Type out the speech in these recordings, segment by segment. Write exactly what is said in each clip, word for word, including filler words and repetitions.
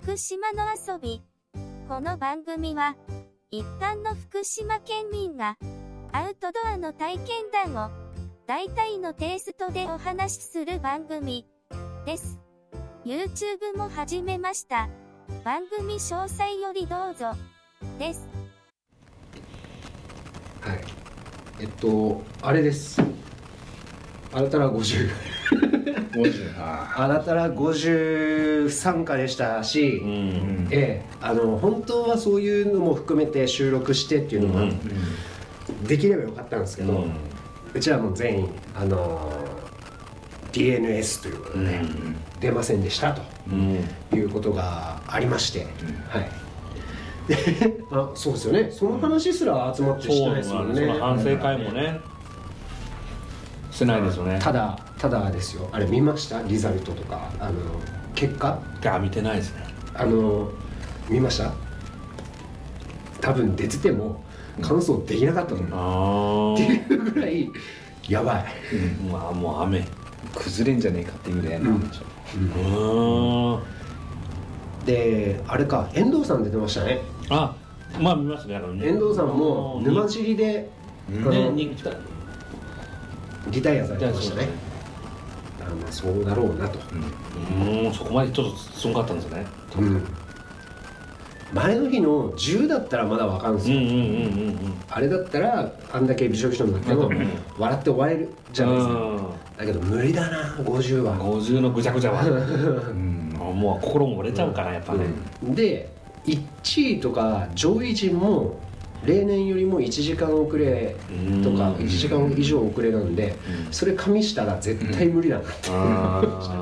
福島の遊び。この番組は、一般の福島県民が、アウトドアの体験談を、大体のテイストでお話しする番組です。YouTube も始めました。番組詳細よりどうぞ。です。 はい。えっと、あれです。あなたらごじゅう。ごじゅうあなたらごじゅうさんかでしたし、うん、ええ、あの本当はそういうのも含めて収録してっていうのが、うん、できればよかったんですけど、うん、うちはもう全員あの ディーエヌエス ということで、ね、うん、出ませんでしたと、うん、いうことがありまして、うん、はい。あ、そうですよね。その話すら集まってしてないですもんね。 その反省会もね、してないですよね。 ただただですよ。あれ見ました？リザルトとかあの結果？ が見てないですね。 あの見ました？多分出てても感想できなかったと思う。っていうぐらいやばい。 うん、まあもう雨崩れんじゃねえかっていうぐらいなんでしょ。 うんうん、 であれか遠藤さん出てましたね。 あ、まあ見ますね。あの遠藤さんも沼尻でねに来た。 リタイアされてましたね。あ、まあそうだろうなと。 うん、そこまでちょっとすごかったんですよね。 うん、前の日のじゅうだったらまだわかるんですよ。あれだったらあんだけびしょびしょになっても、うん、笑って終われるじゃないですか。だけど無理だなごじゅうは。 ごじゅうのぐちゃぐちゃは、うん、もう心も折れちゃうからやっぱね。 うん、でいちいとか上位陣も例年よりもいちじかん遅れとかいちじかん以上遅れなんで、それ加味したら絶対無理だなって思いましたね。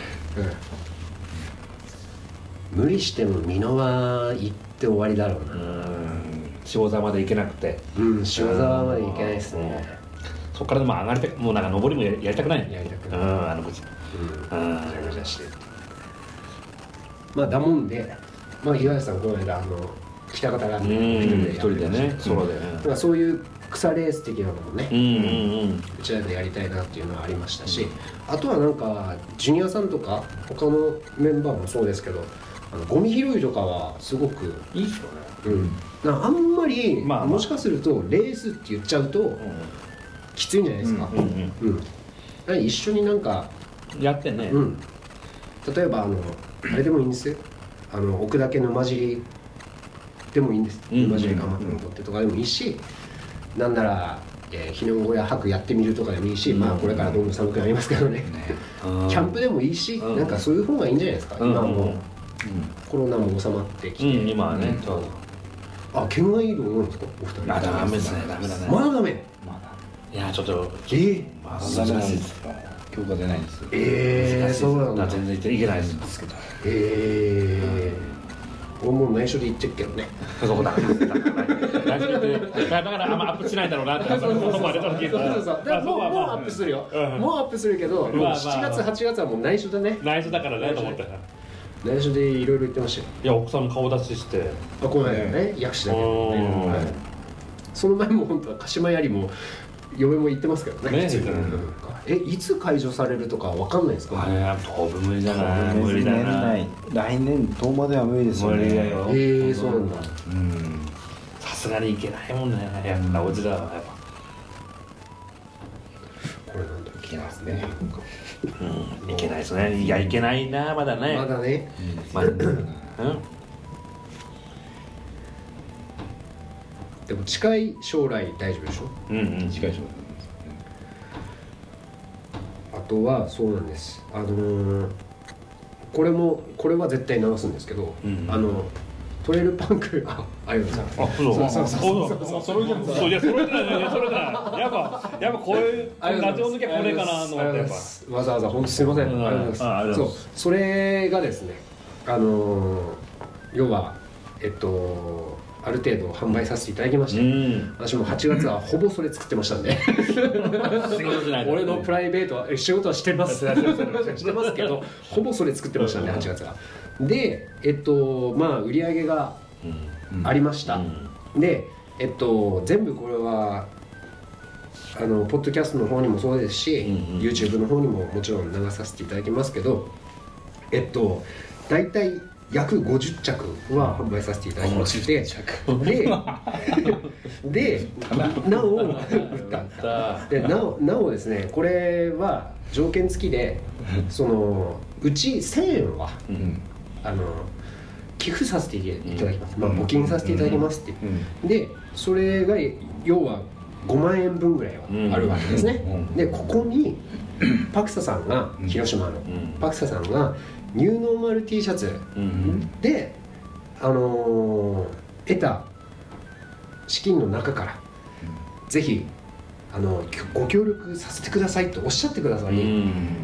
うん、無理しても美濃は行って終わりだろうな。うん、 塩沢まで行けなくて、 うん、塩沢まで行けないですね。 そこからでも上がりたく、もうなんか上りもやりたくない。 やりたくない。 うん、あの口。 うん、ぐちゃぐちゃして。まあだもんで、まあ岩井さんこの間あの北方が一人でね、ソロでね、 だからそういう草レース的なのもね、 うんうんうん、 うちらでやりたいなっていうのはありましたし、うん、あとはなんかジュニアさんとか他のメンバーもそうですけど、あのゴミ拾いとかはすごくいいっすよね。 うん、なんかあんまり、 まあまあ、 もしかするとレースって言っちゃうと、うん、きついんじゃないですか。うんうんうんうん、一緒になんかやってね、 うん、例えばあのあれでもいいんですよ。あの奥だけ沼尻でもいいんです。沼尻頑張って残ってとかでもいいし、うん、なんなら、えー、日の小屋泊やってみるとかでもいいし、うん、まあこれからどんどん寒くなりますけどね、うん、キャンプでもいいし、うん、なんかそういう方がいいんじゃないですか。うん、今も、うん、コロナも収まってきて、 うん、今はね、 うん、あ、県外移動なんですかお二人。 あ、ダメですね、ダメだね。 まだダメ。 まだ。いやちょっとえー、 まあ難しいですか。許可出ないんですよ。 えー、そうなんだ。 全然いけないですけど。 えー。俺も内緒で言ってるけどね。 そうだ。内緒でだからあんまアップしないだろうなって。そうそうそうそう。もうもうアップするよ。もうアップするけど、しちがつはちがつはもう内緒だね。 内緒だからねと思って。 内緒でいろいろ言ってましたよ。 いや奥さん顔出しして。 あ、この間ね、薬師だけどね。その前も本当は鹿島槍も嫁も言ってますけどね。え、いつ解除されるとかわかんないですか。 いや、当分無理じゃない。無理だな。 来年冬までは無理ですよね。 無理だよ。 ええ、そうなんだ。 うん。さすがにいけないもんね。やっぱおじらはやっぱ。 これなんだっけですね。 うん。いけないですね。いやいけないなまだね。 まだね。 まだ。うん。 でも近い将来大丈夫でしょ。 うんうん。近い将来。 あとはそうなんです。あのー、これもこれは絶対流すんですけど、うん、あのトレイルパンクあありがとうございます。 あ、そうそうそうそうそれじゃそういやそれじゃないそれじゃないやっぱやっぱこういうラジオ向けこれかなと思ってやっぱわざわざ本当すいません。ありがとうございます。そうそれがですね、あのー、要はえっと。ある程度販売させていただきまして、うん、私もはちがつはほぼそれ作ってましたんで俺のプライベートは仕事はしてますしてますけどほぼそれ作ってましたんではちがつはで、えっとまあ売り上げがありました、うんうん、で、えっと全部これはあのポッドキャストの方にもそうですし、うんうん、YouTube の方にももちろん流させていただきますけど、えっと大体約ごじゅっちゃくは販売させていただきましてででなお売ったでなおなおですねこれは条件付きでそのうちせんえんは、うん、あの寄付させていただきます、うんまあ、募金させていただきますって、うん、でそれが要はごまんえんぶんぐらいはあるわけですね、うん、でここにパクサさんが、うん、広島の、うん、パクサさんがニューノーマル T シャツで、うん、あのー、得た資金の中から、うん、ぜひあのご協力させてくださいとおっしゃってくださり、うん、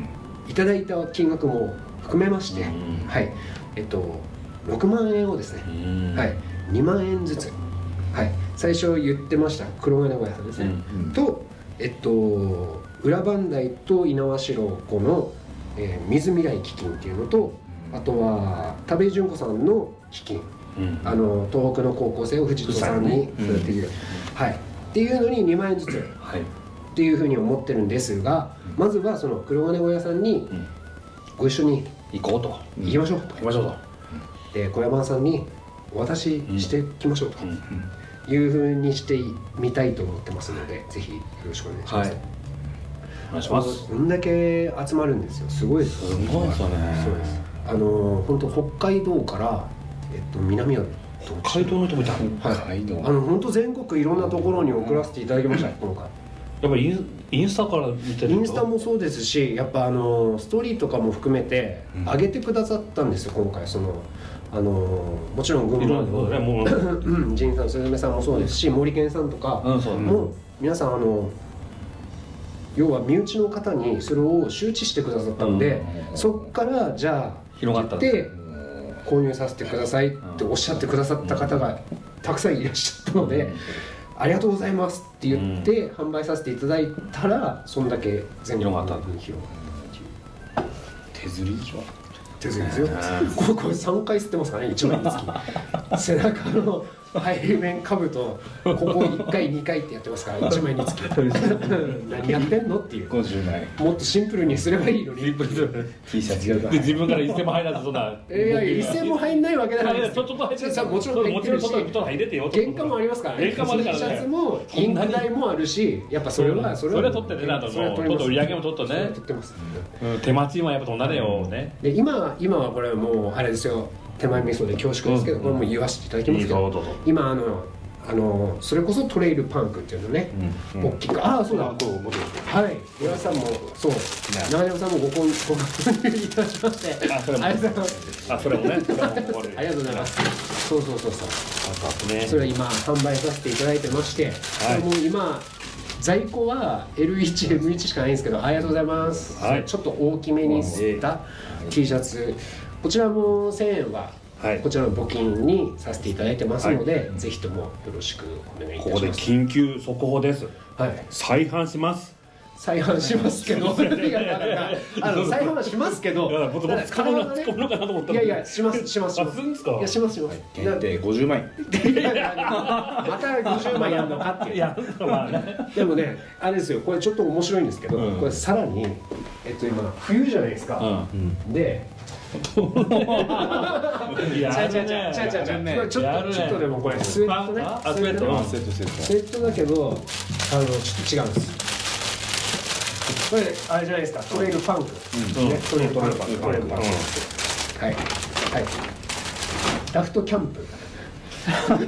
いただいた金額も含めまして、うん、はいえっとろくまんえんをですね、うんはい、にまんえんずつ、はい、最初言ってました黒金小屋さんですね、うんうん、とえっと裏磐梯と猪苗代湖の、えー、水未来基金っていうのと、あとは田部井純子さんの基金、うん、あの東北の高校生を藤戸さんにそうやっていう、うんはい、っていうのににまんえんずつ、はい、っていうふうに思ってるんですが、うん、まずはその黒金小屋さんにご一緒に行こうと行きましょうと、 行きましょうとで小山さんにお渡ししていきましょうと、うん、いうふうにしてみたいと思ってますので、ぜひよろしくお願いします、はいお願いします。 こんだけ集まるんですよ。すごいです。 すごいですよね。 そうです。あの本当北海道からえっと南は北海道の人もいた。 北海道。あの本当全国いろんなところに送らせていただきました、うん、今回。 やっぱりインスタから見てる。 インスタもそうですし、やっぱあのストーリーとかも含めて上げてくださったんですよ、今回その。あのもちろん群馬の仁さん、すずめさんもそうですし、森健さんとかも皆さんあの要は身内の方にそれを周知してくださったんで、うん、そっからじゃあ広がったで購入させてくださいっておっしゃってくださった方がたくさんいらっしゃったので、うん、ありがとうございますって言って販売させていただいたら、そんだけ全国に広がったっていう手釣りでしょ。 手釣りですよ。これさんかい吸ってますからね、いちまいにつき背中の背面かぶとここいっかいにかいってやってますから、いちまいにつき何やってんのっていう。 ごじゅうまいもっとシンプルにすればいいのに。 T シャツで自分から一銭も入らずそんな。 いやいや一銭も入んないわけないです。 ちょっと入ってる。 もちろん入ってるし、 入れてよ。 原価もありますからね。 原価もあるからね。 T シャツもインク代もあるし、やっぱそれはそれは取ってね、ちょっと売り上げもちょっとね。 取ってます。 手間賃はやっぱそんなねよね。 で今今はこれもうあれですよ。手前味噌で恐縮ですけど、これも言わせていただきますけど、今あの。あのそれこそトレイルパンクっていうのね、うんうん、大きく、ああそうだ、はい、皆さんもそう長山さんもご購入ご購入いたしまして、 あそれもありがとうございます。あそれもね、ありがとうございます。そうそうそうそう、ね、それは今販売させていただいてまして、はい、それも今在庫は エルワン、エムワン しかないんですけど、ありがとうございます、はい、ちょっと大きめに吸った T シャツ、こちらもせんえんははい、こちらの募金にさせていただいてますので、はい、ぜひともよろしくお願いいたします。 ここで緊急速報です、はい、再販します。 再販しますけどあの再販はしますけど、いや僕僕使うのかなと思った。 いやいやしますしますします。いやしますします。 限定ごじゅうまい。 またごじゅうまいやるのかっていう。いやまあね。でもねあれですよ、これちょっと面白いんですけど、うん、これさらにえっと今冬じゃないですか。うん、で。いや、ちゃちゃちゃちゃちゃちゃ、ちょっとちょっとでもこれスウェットね、 スウェット、 スウェット、スウェットだけど、あのちょっと違うんです。これあれじゃないですか、トレイルパンク、ね、トレイルパンク、トレイルパンク、はいはい、ダフトキャンプ。 い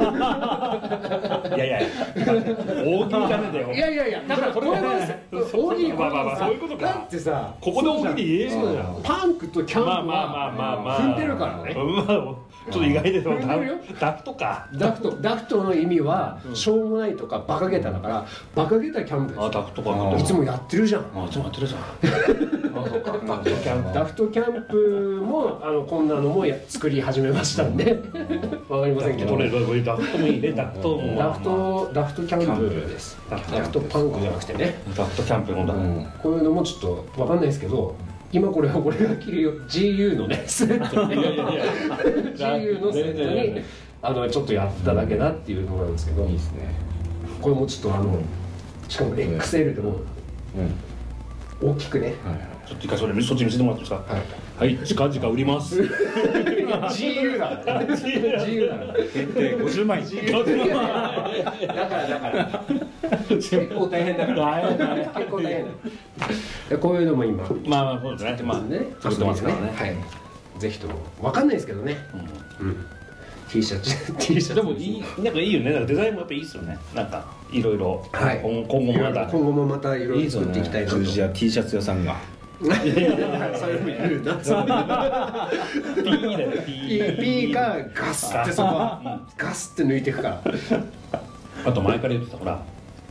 やいや大喜利じゃねえんだよ。 いやいやいや、だからこれは大喜利、 まあまあまあそういうことか。 だってさ、 ここで大喜利言えるじゃん。 パンクとキャンプは踏んでるからね。 ちょっと意外ですよ。ダフトか。 ダフトダフトの意味はしょうもないとかバカげただから、バカげたキャンプです。 あ、ダフトか。 いつもやってるじゃん。 あ、いつもやってるじゃん。ダフトキャンプ。 ダフトキャンプもあのこんなのも作り始めましたんで、わかりませんけど。 ダフトもいいね、ダフトもダフトダフトキャンプです。ダフトパンクじゃなくてね、 ダフトキャンプのだ、 こういうのもちょっとわかんないですけど、今これは俺が着るよ ジーユー のねスウェットね、いやいやいや ジーユー のスウェットにあのちょっとやっただけだっていうのなんですけど、いいですね。これもちょっとあのしかも エックスエル でも大きくねちょっと一回それそっち見せてもらっていいですか。はい、近々売ります。 自由だ自由だ限定ごじゅうまん円。 だからだから結構大変だから結構大変だ。こういうのも今まあまあそうですね。まあね作ってますからね。 はい。ぜひともわかんないですけどね。うん。T シャツ T シャツでもいいなんかいいよね。なんかデザインもやっぱいいですよね。なんかいろいろ今後もまた今後もまたいろいろ作っていきたいなと。 じゃあ T シャツ屋さんが。 いやいやそれも言うな。P だよ P。 P がガスってそこはガスって抜いていくから。 あと前から言ってたほら。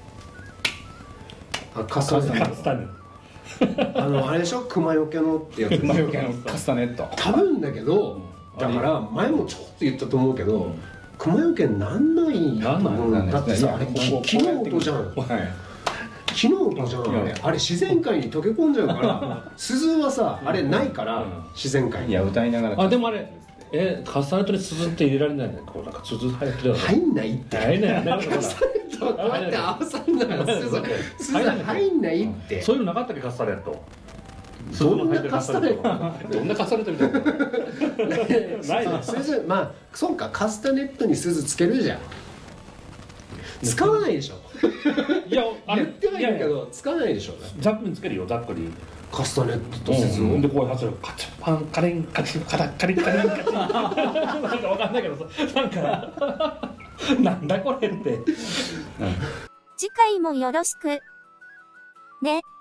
あカスタネカスタネ。 あのあれでしょ熊よけのってやつ。 熊よけのカスタネット。 多分だけどだから前もちょっと言ったと思うけど熊よけなんないと思うんだってさあれ木の音じゃん。木の音じゃんあれあれ自然界に溶け込んじゃうから鈴はさあれないから自然界に。 いや歌いながら。 あでもあれえカスタネットに鈴って入れられないのこうなんか鈴入ってる。 入んないって。 入んない。 カスタネットこうやって合わさんなら鈴入んないって。 そういうのなかったっけカスタネット。 どんなカスタネットどんなカスタネットみたいな。ないね。 鈴まあそうかカスタネットに鈴つけるじゃん。使わないでしょ。 いやあれ言ってはいるけど使わないでしょ。 ざっくりつけるよざっくり。 カスタネットと鈴を。 でこうやってカチャパンカリンカチンカラッカリンカリンカチン。なんかわかんないけどさなんかなんだこれって。 次回もよろしくね。